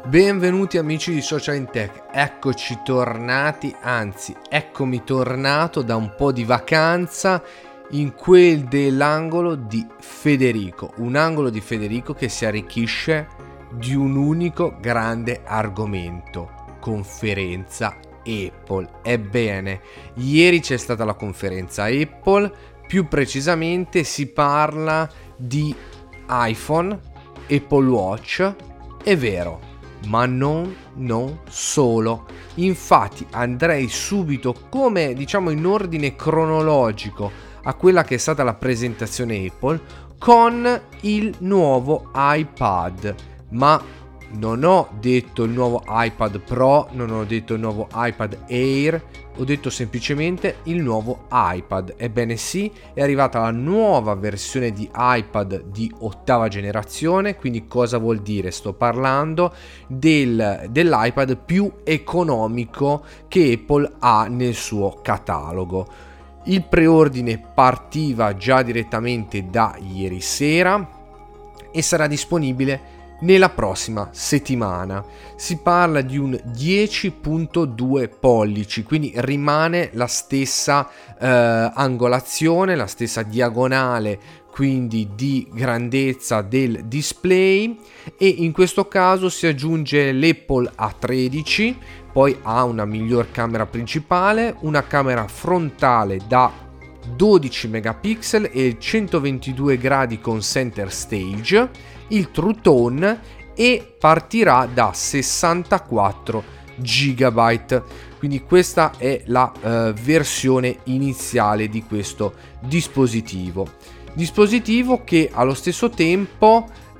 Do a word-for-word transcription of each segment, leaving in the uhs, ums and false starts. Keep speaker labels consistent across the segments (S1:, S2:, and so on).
S1: Benvenuti amici di Social in Tech, eccoci tornati, anzi eccomi tornato da un po' di vacanza in quel dell'angolo di Federico, un angolo di Federico che si arricchisce di un unico grande argomento, conferenza Apple. Ebbene, ieri c'è stata la conferenza Apple, più precisamente si parla di iPhone, Apple Watch, è vero. Ma non, non solo. Infatti andrei subito, come diciamo in ordine cronologico, a quella che è stata la presentazione Apple con il nuovo iPad. Ma non ho detto il nuovo iPad Pro, non ho detto il nuovo iPad Air, ho detto semplicemente il nuovo iPad. Ebbene sì, è arrivata la nuova versione di iPad di ottava generazione, quindi cosa vuol dire? Sto parlando del, dell'iPad più economico che Apple ha nel suo catalogo. Il preordine partiva già direttamente da ieri sera e sarà disponibile nella prossima settimana. Si parla di un dieci virgola due pollici, quindi rimane la stessa eh, angolazione, la stessa diagonale, quindi di grandezza del display, e in questo caso si aggiunge l'Apple A tredici, poi ha una miglior camera principale, una camera frontale da dodici megapixel e centoventidue gradi con center stage, il True Tone, e partirà da sessantaquattro gigabyte. Quindi questa è la uh, versione iniziale di questo dispositivo. Dispositivo che allo stesso tempo uh,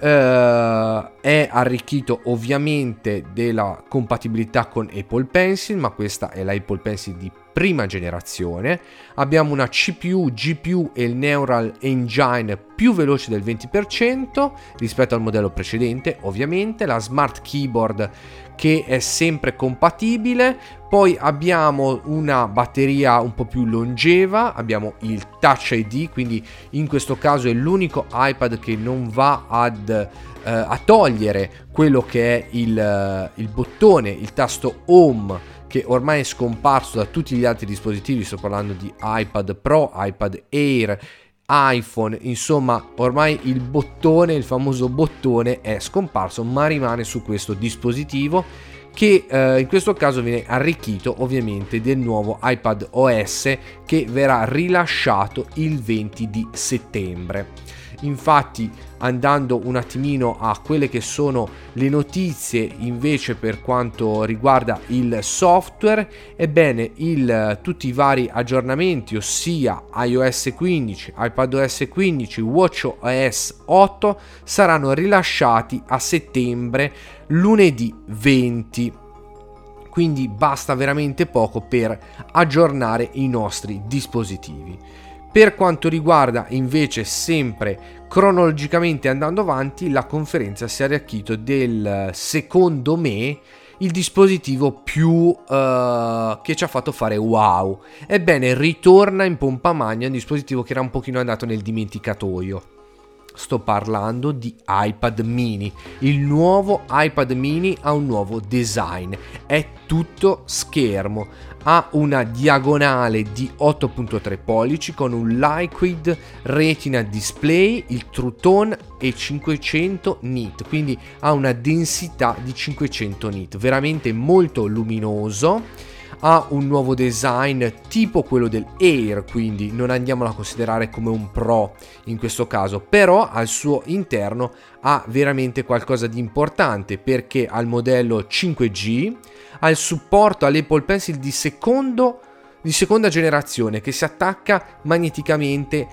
S1: è arricchito ovviamente della compatibilità con Apple Pencil, ma questa è la Apple Pencil di prima generazione. Abbiamo una C P U, G P U e il Neural Engine più veloce del venti per cento rispetto al modello precedente, ovviamente, la Smart Keyboard che è sempre compatibile, poi abbiamo una batteria un po' più longeva, abbiamo il Touch I D, quindi in questo caso è l'unico iPad che non va ad eh, a togliere quello che è il, il bottone, il tasto Home, che ormai è scomparso da tutti gli altri dispositivi. Sto parlando di iPad Pro, iPad Air, iPhone, insomma ormai il bottone, il famoso bottone è scomparso, ma rimane su questo dispositivo che eh, in questo caso viene arricchito ovviamente del nuovo iPad O S che verrà rilasciato il venti di settembre. Infatti, andando un attimino a quelle che sono le notizie invece per quanto riguarda il software, ebbene il, tutti i vari aggiornamenti, ossia iOS quindici, iPadOS quindici, watchOS otto, saranno rilasciati a settembre, lunedì venti. Quindi basta veramente poco per aggiornare i nostri dispositivi. Per quanto riguarda invece, sempre cronologicamente andando avanti, la conferenza si è arricchito del, secondo me, il dispositivo più uh, che ci ha fatto fare wow. Ebbene, ritorna in pompa magna un dispositivo che era un pochino andato nel dimenticatoio. Sto parlando di iPad mini. Il nuovo iPad mini ha un nuovo design, è tutto schermo, ha una diagonale di otto virgola tre pollici con un Liquid Retina display, il True Tone e cinquecento nit, quindi ha una densità di cinquecento nit, veramente molto luminoso. Ha un nuovo design tipo quello del Air, quindi non andiamolo a considerare come un Pro in questo caso, però al suo interno ha veramente qualcosa di importante, perché ha il modello cinque G, ha il supporto all'Apple Pencil di, secondo, di seconda generazione che si attacca magneticamente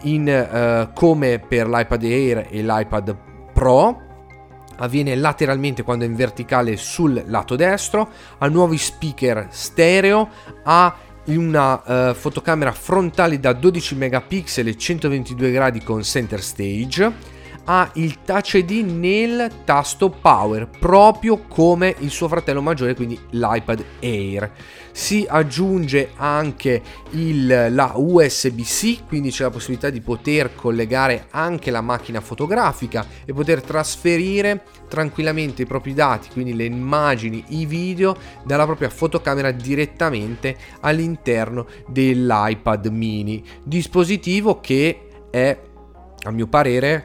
S1: in, uh, come per l'iPad Air e l'iPad Pro. Avviene lateralmente quando è in verticale sul lato destro, ha nuovi speaker stereo, ha una uh, fotocamera frontale da dodici megapixel e centoventidue gradi con center stage, ha il Touch I D nel tasto Power, proprio come il suo fratello maggiore, quindi l'iPad Air. Si aggiunge anche il, la U S B C, quindi c'è la possibilità di poter collegare anche la macchina fotografica e poter trasferire tranquillamente i propri dati, quindi le immagini, i video, dalla propria fotocamera direttamente all'interno dell'iPad mini, dispositivo che è, a mio parere,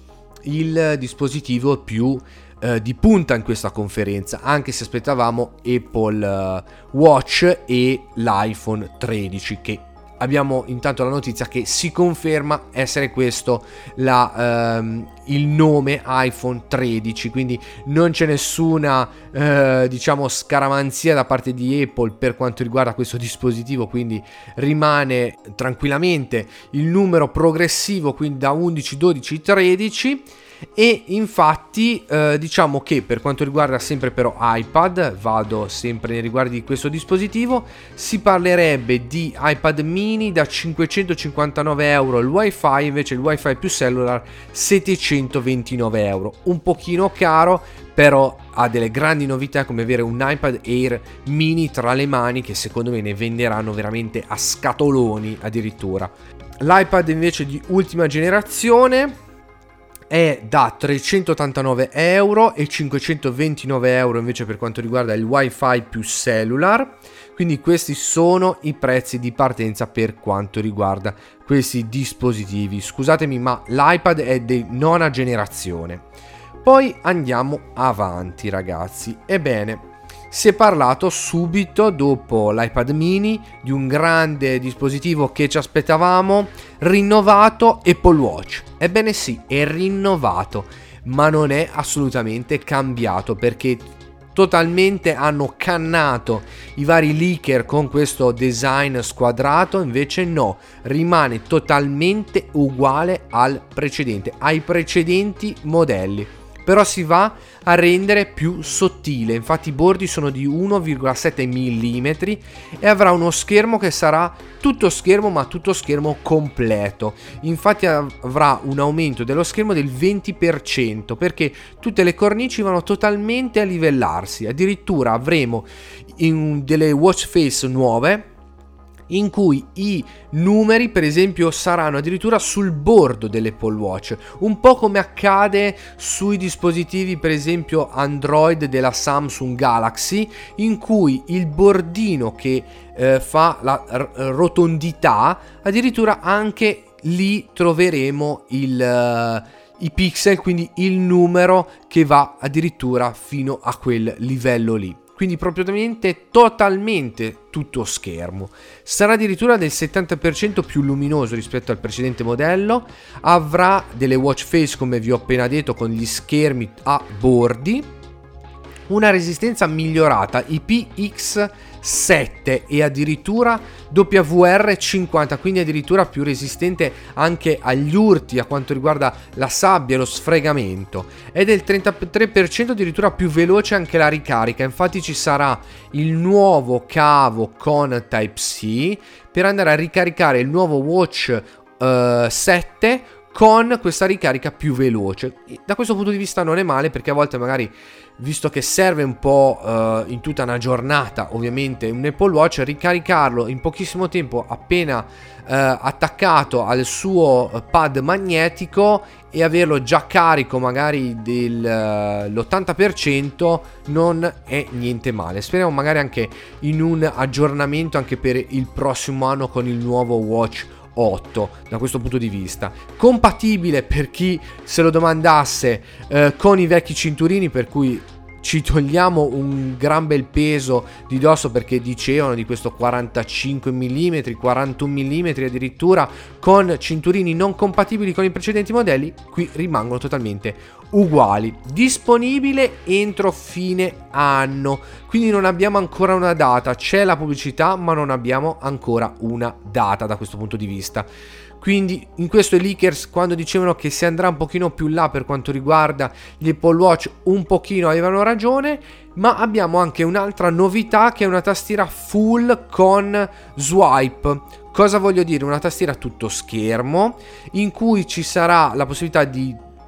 S1: il dispositivo più eh, di punta in questa conferenza, anche se aspettavamo Apple uh, Watch e l'iPhone tredici, che abbiamo intanto la notizia che si conferma essere questo la, ehm, il nome iPhone tredici, quindi non c'è nessuna eh, diciamo scaramanzia da parte di Apple per quanto riguarda questo dispositivo, quindi rimane tranquillamente il numero progressivo, quindi da undici, dodici, tredici. E infatti eh, diciamo che per quanto riguarda sempre però iPad, vado sempre nei riguardi di questo dispositivo, si parlerebbe di iPad mini da cinquecentocinquantanove euro il wifi, invece il wifi più cellular settecentoventinove euro, un pochino caro, però ha delle grandi novità come avere un iPad Air mini tra le mani, che secondo me ne venderanno veramente a scatoloni addirittura. L'iPad invece di ultima generazione è da trecentottantanove euro e cinquecentoventinove euro invece per quanto riguarda il wifi più cellular, quindi questi sono i prezzi di partenza per quanto riguarda questi dispositivi. Scusatemi, ma l'iPad è di nona generazione. Poi andiamo avanti, ragazzi. Ebbene, si è parlato subito dopo l'iPad mini di un grande dispositivo che ci aspettavamo, rinnovato, Apple Watch. Ebbene sì, è rinnovato, ma non è assolutamente cambiato, perché totalmente hanno cannato i vari leaker con questo design squadrato. Invece no, rimane totalmente uguale al precedente, ai precedenti modelli, però si va a rendere più sottile. Infatti i bordi sono di uno virgola sette millimetri e avrà uno schermo che sarà tutto schermo, ma tutto schermo completo. Infatti avrà un aumento dello schermo del venti per cento, perché tutte le cornici vanno totalmente a livellarsi. Addirittura avremo in delle watch face nuove, in cui i numeri per esempio saranno addirittura sul bordo dell'Apple Watch, un po' come accade sui dispositivi per esempio Android della Samsung Galaxy, in cui il bordino che eh, fa la r- rotondità, addirittura anche lì troveremo il... Uh, i pixel, quindi il numero che va addirittura fino a quel livello lì. Quindi propriamente totalmente tutto schermo. Sarà addirittura del settanta per cento più luminoso rispetto al precedente modello. Avrà delle watch face, come vi ho appena detto, con gli schermi a bordi. Una resistenza migliorata, I P X sette e addirittura W R cinquanta, quindi addirittura più resistente anche agli urti, a quanto riguarda la sabbia e lo sfregamento. È del trentatré per cento addirittura più veloce anche la ricarica. Infatti ci sarà il nuovo cavo con Type-C per andare a ricaricare il nuovo Watch uh, sette con questa ricarica più veloce. Da questo punto di vista non è male, perché a volte magari, visto che serve un po' uh, in tutta una giornata ovviamente un Apple Watch, ricaricarlo in pochissimo tempo appena uh, attaccato al suo pad magnetico e averlo già carico magari dell'ottanta per cento non è niente male. Speriamo magari anche in un aggiornamento anche per il prossimo anno con il nuovo Watch otto. Da questo punto di vista compatibile, per chi se lo domandasse, eh, con i vecchi cinturini, per cui ci togliamo un gran bel peso di dosso, perché dicevano di questo quarantacinque millimetri, quarantuno millimetri addirittura, con cinturini non compatibili con i precedenti modelli. Qui rimangono totalmente uguali. Disponibile entro fine anno, quindi non abbiamo ancora una data. C'è la pubblicità, ma non abbiamo ancora una data da questo punto di vista. Quindi in questo i leakers, quando dicevano che si andrà un pochino più là per quanto riguarda gli Apple Watch, un pochino avevano ragione. Ma abbiamo anche un'altra novità, che è una tastiera full con swipe. Cosa voglio dire? Una tastiera tutto schermo in cui ci sarà la possibilità di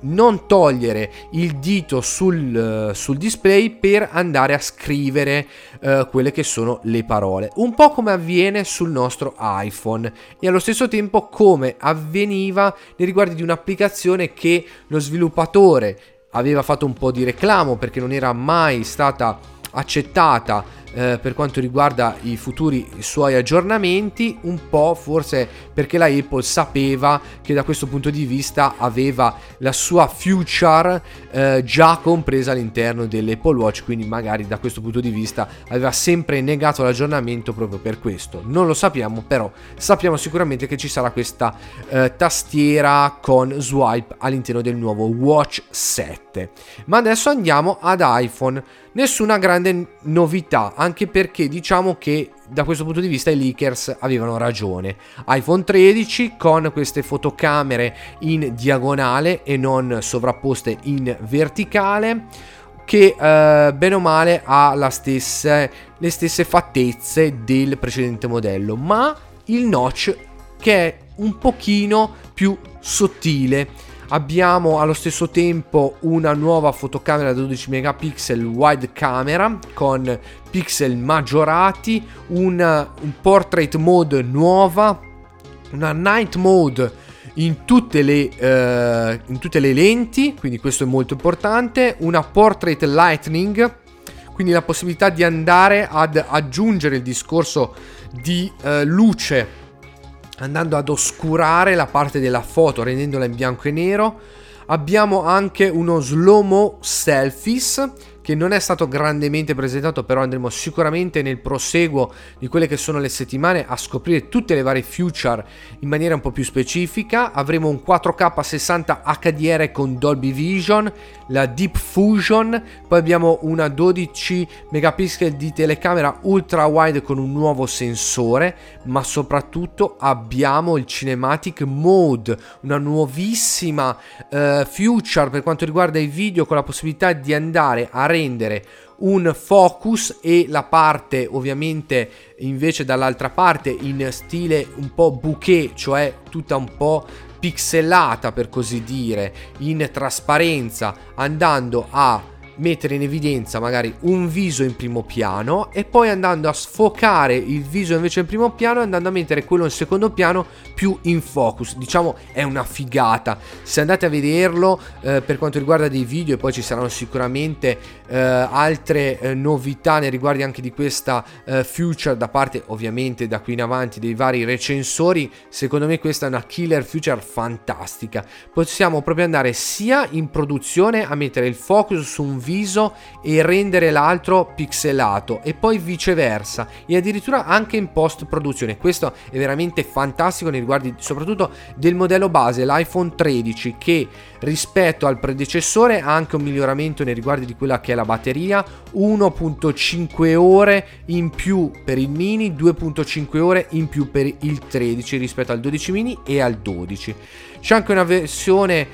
S1: non togliere il dito sul, uh, sul display per andare a scrivere uh, quelle che sono le parole, un po' come avviene sul nostro iPhone e allo stesso tempo come avveniva nei riguardi di un'applicazione che lo sviluppatore aveva fatto un po' di reclamo perché non era mai stata accettata eh, per quanto riguarda i futuri suoi aggiornamenti, un po' forse perché la Apple sapeva che da questo punto di vista aveva la sua future eh, già compresa all'interno dell'Apple Watch, quindi magari da questo punto di vista aveva sempre negato l'aggiornamento proprio per questo. Non lo sappiamo, però sappiamo sicuramente che ci sarà questa eh, tastiera con swipe all'interno del nuovo Watch sette. Ma adesso andiamo ad iPhone. Nessuna grande novità, anche perché diciamo che da questo punto di vista i leakers avevano ragione. iPhone tredici con queste fotocamere in diagonale e non sovrapposte in verticale, che eh, bene o male ha la stessa, le stesse fattezze del precedente modello, ma il notch che è un pochino più sottile. Abbiamo allo stesso tempo una nuova fotocamera da dodici megapixel wide camera con pixel maggiorati, un, un portrait mode nuova, una night mode in tutte le, uh, in tutte le lenti, quindi questo è molto importante, una portrait lightning, quindi la possibilità di andare ad aggiungere il discorso di uh, luce andando ad oscurare la parte della foto rendendola in bianco e nero. Abbiamo anche uno slow-mo selfies che non è stato grandemente presentato, però andremo sicuramente nel proseguo di quelle che sono le settimane a scoprire tutte le varie feature in maniera un po' più specifica. Avremo un quattro K sessanta H D R con Dolby Vision, la Deep Fusion, poi abbiamo una dodici megapixel di telecamera ultra wide con un nuovo sensore, ma soprattutto abbiamo il Cinematic Mode, una nuovissima uh, feature per quanto riguarda i video, con la possibilità di andare a rendere un focus e la parte ovviamente invece dall'altra parte in stile un po' bokeh, cioè tutta un po' pixelata per così dire, in trasparenza, andando a mettere in evidenza magari un viso in primo piano e poi andando a sfocare il viso invece in primo piano e andando a mettere quello in secondo piano più in focus. Diciamo è una figata, se andate a vederlo eh, per quanto riguarda dei video, e poi ci saranno sicuramente eh, altre eh, novità nei riguardi anche di questa eh, feature da parte ovviamente da qui in avanti dei vari recensori. Secondo me questa è una killer feature fantastica, possiamo proprio andare sia in produzione a mettere il focus su un viso e rendere l'altro pixelato e poi viceversa, e addirittura anche in post produzione. Questo è veramente fantastico nei riguardi soprattutto del modello base, l'iPhone tredici, che rispetto al predecessore ha anche un miglioramento nei riguardi di quella che è la batteria, uno virgola cinque ore in più per il mini, due virgola cinque ore in più per il tredici rispetto al dodici mini e al dodici. C'è anche una versione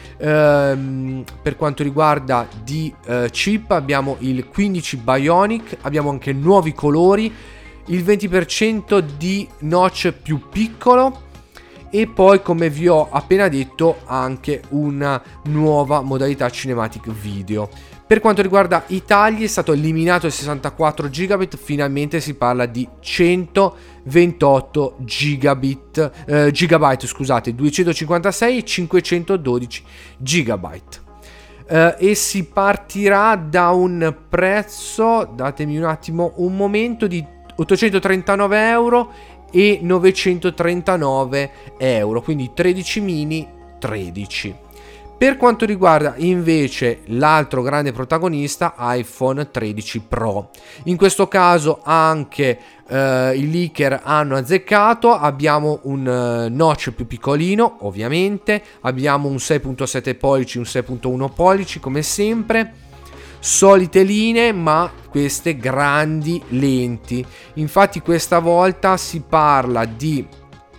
S1: ehm, per quanto riguarda di eh, chip, abbiamo il quindici Bionic, abbiamo anche nuovi colori, il venti per cento di notch più piccolo e poi, come vi ho appena detto, anche una nuova modalità cinematic video. Per quanto riguarda i tagli, è stato eliminato il sessantaquattro gigabit, finalmente si parla di centoventotto gigabit, eh, gigabyte, scusate, duecentocinquantasei e cinquecentododici gigabyte. Uh, e si partirà da un prezzo, datemi un attimo un momento, di ottocentotrentanove euro e novecentotrentanove euro, quindi tredici mini, tredici. Per quanto riguarda invece l'altro grande protagonista, iPhone tredici Pro, in questo caso anche eh, i leaker hanno azzeccato, abbiamo un uh, notch più piccolino ovviamente, abbiamo un sei virgola sette pollici, un sei virgola uno pollici come sempre, solite linee ma queste grandi lenti. Infatti questa volta si parla di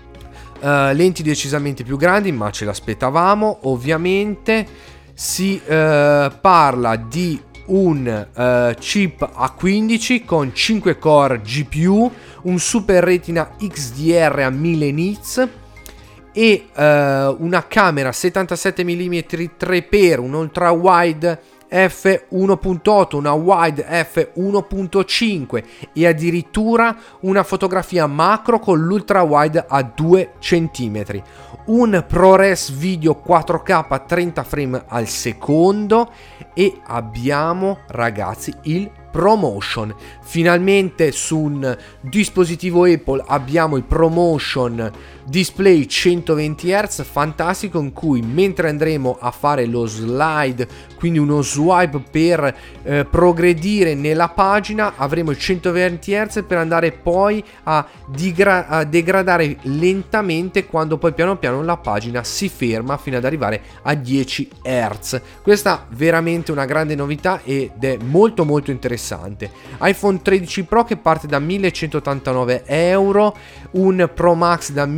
S1: Uh, lenti decisamente più grandi, ma ce l'aspettavamo ovviamente. Si uh, parla di un uh, chip A quindici con cinque core G P U, un Super Retina X D R a mille nits e uh, una camera settantasette millimetri tre x, un ultra wide effe uno punto otto, una wide effe uno punto cinque e addirittura una fotografia macro con l'ultra wide a due centimetri, un ProRes video quattro K a trenta frame al secondo e abbiamo, ragazzi, il ProMotion. Finalmente su un dispositivo Apple abbiamo il ProMotion display centoventi hertz fantastico, in cui mentre andremo a fare lo slide, quindi uno swipe per eh, progredire nella pagina, avremo il centoventi hertz per andare poi a, digra- a degradare lentamente quando poi piano piano la pagina si ferma fino ad arrivare a dieci hertz. Questa è veramente una grande novità ed è molto molto interessante. iPhone tredici Pro che parte da millecentottantanove euro, un Pro Max da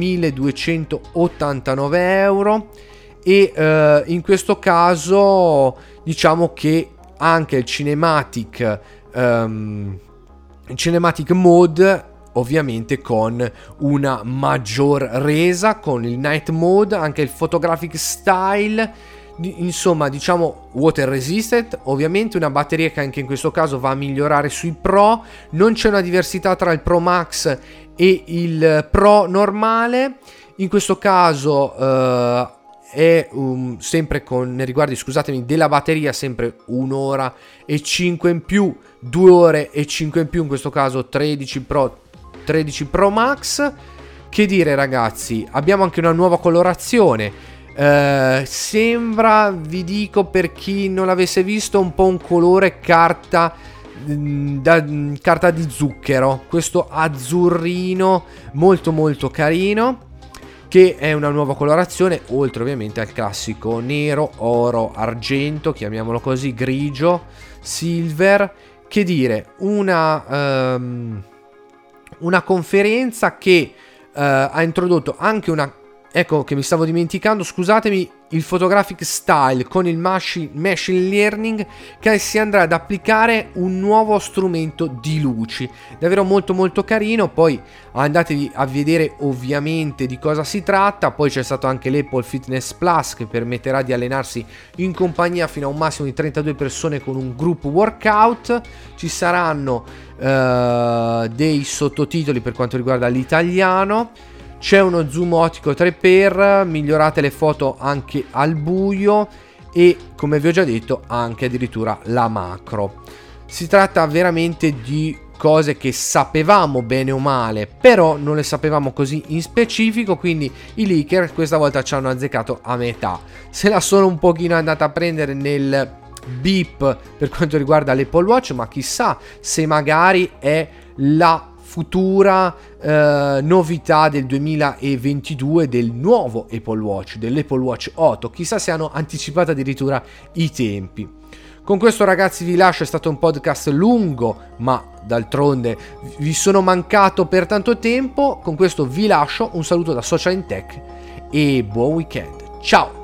S1: milleduecentottantanove euro e eh, in questo caso diciamo che anche il cinematic um, il cinematic mode, ovviamente con una maggior resa, con il night mode, anche il photographic style. Insomma, diciamo water resistant, ovviamente una batteria che anche in questo caso va a migliorare sui Pro. Non c'è una diversità tra il Pro Max e il Pro normale. In questo caso uh, è um, sempre con nei riguardi, scusatemi, della batteria, sempre un'ora e cinque in più, due ore e cinque in più, in questo caso tredici Pro, tredici Pro Max. Che dire, ragazzi, abbiamo anche una nuova colorazione. Uh, sembra, vi dico per chi non l'avesse visto, un po' un colore carta da carta di zucchero, questo azzurrino molto molto carino, che è una nuova colorazione, oltre ovviamente al classico nero, oro, argento, chiamiamolo così, grigio, silver. Che dire, una um, una conferenza che uh, ha introdotto anche una, ecco che mi stavo dimenticando, scusatemi, il photographic style con il machine learning, che si andrà ad applicare un nuovo strumento di luci, davvero molto molto carino. Poi andatevi a vedere ovviamente di cosa si tratta. Poi c'è stato anche l'Apple Fitness Plus, che permetterà di allenarsi in compagnia fino a un massimo di trentadue persone con un group workout. Ci saranno uh, dei sottotitoli per quanto riguarda l'italiano. C'è uno zoom ottico tre x, migliorate le foto anche al buio e, come vi ho già detto, anche addirittura la macro. Si tratta veramente di cose che sapevamo bene o male, però non le sapevamo così in specifico, quindi i leaker questa volta ci hanno azzeccato a metà. Se la sono un pochino andata a prendere nel beep per quanto riguarda l'Apple Watch, ma chissà se magari è la futura eh, novità del duemilaventidue del nuovo Apple Watch, dell'Apple Watch otto. Chissà se hanno anticipato addirittura i tempi. Con questo, ragazzi, vi lascio. È stato un podcast lungo, ma d'altronde vi sono mancato per tanto tempo. Con questo vi lascio, un saluto da Social in Tech e buon weekend. Ciao!